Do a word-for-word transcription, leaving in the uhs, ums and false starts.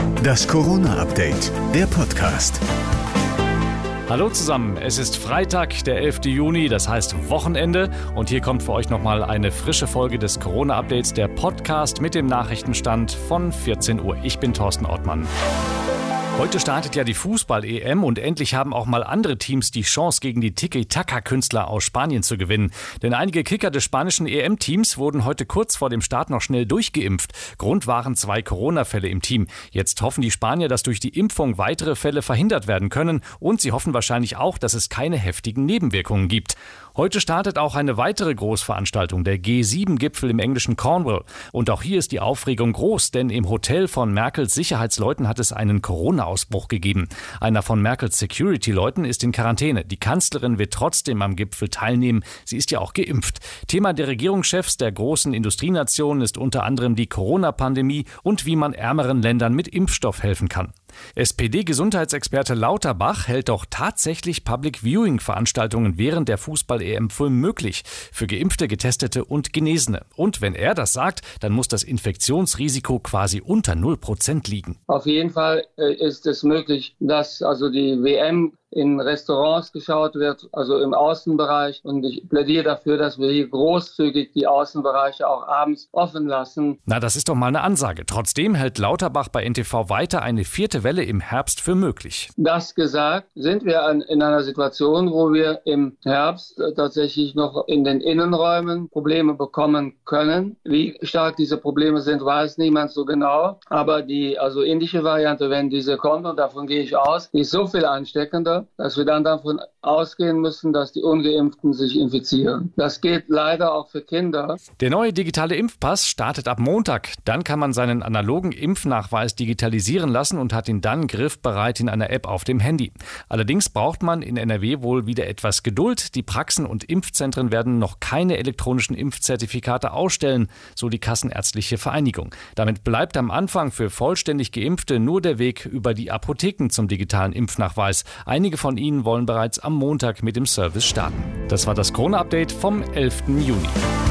Das Corona-Update, der Podcast. Hallo zusammen, es ist Freitag, der elften Juni, das heißt Wochenende. Und hier kommt für euch nochmal eine frische Folge des Corona-Updates, der Podcast mit dem Nachrichtenstand von vierzehn Uhr. Ich bin Thorsten Ortmann. Heute startet ja die Fußball-E M und endlich haben auch mal andere Teams die Chance, gegen die Tiki-Taka-Künstler aus Spanien zu gewinnen. Denn einige Kicker des spanischen E M-Teams wurden heute kurz vor dem Start noch schnell durchgeimpft. Grund waren zwei Corona-Fälle im Team. Jetzt hoffen die Spanier, dass durch die Impfung weitere Fälle verhindert werden können. Und sie hoffen wahrscheinlich auch, dass es keine heftigen Nebenwirkungen gibt. Heute startet auch eine weitere Großveranstaltung, der G sieben Gipfel im englischen Cornwall. Und auch hier ist die Aufregung groß, denn im Hotel von Merkels Sicherheitsleuten hat es einen Corona-Ausbruch gegeben. Einer von Merkels Security-Leuten ist in Quarantäne. Die Kanzlerin wird trotzdem am Gipfel teilnehmen. Sie ist ja auch geimpft. Thema der Regierungschefs der großen Industrienationen ist unter anderem die Corona-Pandemie und wie man ärmeren Ländern mit Impfstoff helfen kann. S P D-Gesundheitsexperte Lauterbach hält doch tatsächlich Public-Viewing-Veranstaltungen während der Fußball-E M für möglich. Für Geimpfte, Getestete und Genesene. Und wenn er das sagt, dann muss das Infektionsrisiko quasi unter null Prozent liegen. Auf jeden Fall ist es möglich, dass also die W M in Restaurants geschaut wird, also im Außenbereich. Und ich plädiere dafür, dass wir hier großzügig die Außenbereiche auch abends offen lassen. Na, das ist doch mal eine Ansage. Trotzdem hält Lauterbach bei N T V weiter eine vierte Welle im Herbst für möglich. Das gesagt, sind wir in einer Situation, wo wir im Herbst tatsächlich noch in den Innenräumen Probleme bekommen können. Wie stark diese Probleme sind, weiß niemand so genau. Aber die also indische Variante, wenn diese kommt, und davon gehe ich aus, die ist so viel ansteckender, dass wir dann davon ausgehen müssen, dass die Ungeimpften sich infizieren. Das geht leider auch für Kinder. Der neue digitale Impfpass startet ab Montag. Dann kann man seinen analogen Impfnachweis digitalisieren lassen und hat ihn dann griffbereit in einer App auf dem Handy. Allerdings braucht man in N R W wohl wieder etwas Geduld. Die Praxen und Impfzentren werden noch keine elektronischen Impfzertifikate ausstellen, so die Kassenärztliche Vereinigung. Damit bleibt am Anfang für vollständig Geimpfte nur der Weg über die Apotheken zum digitalen Impfnachweis. Einige von ihnen wollen bereits am Montag mit dem Service starten. Das war das Corona-Update vom elften Juni.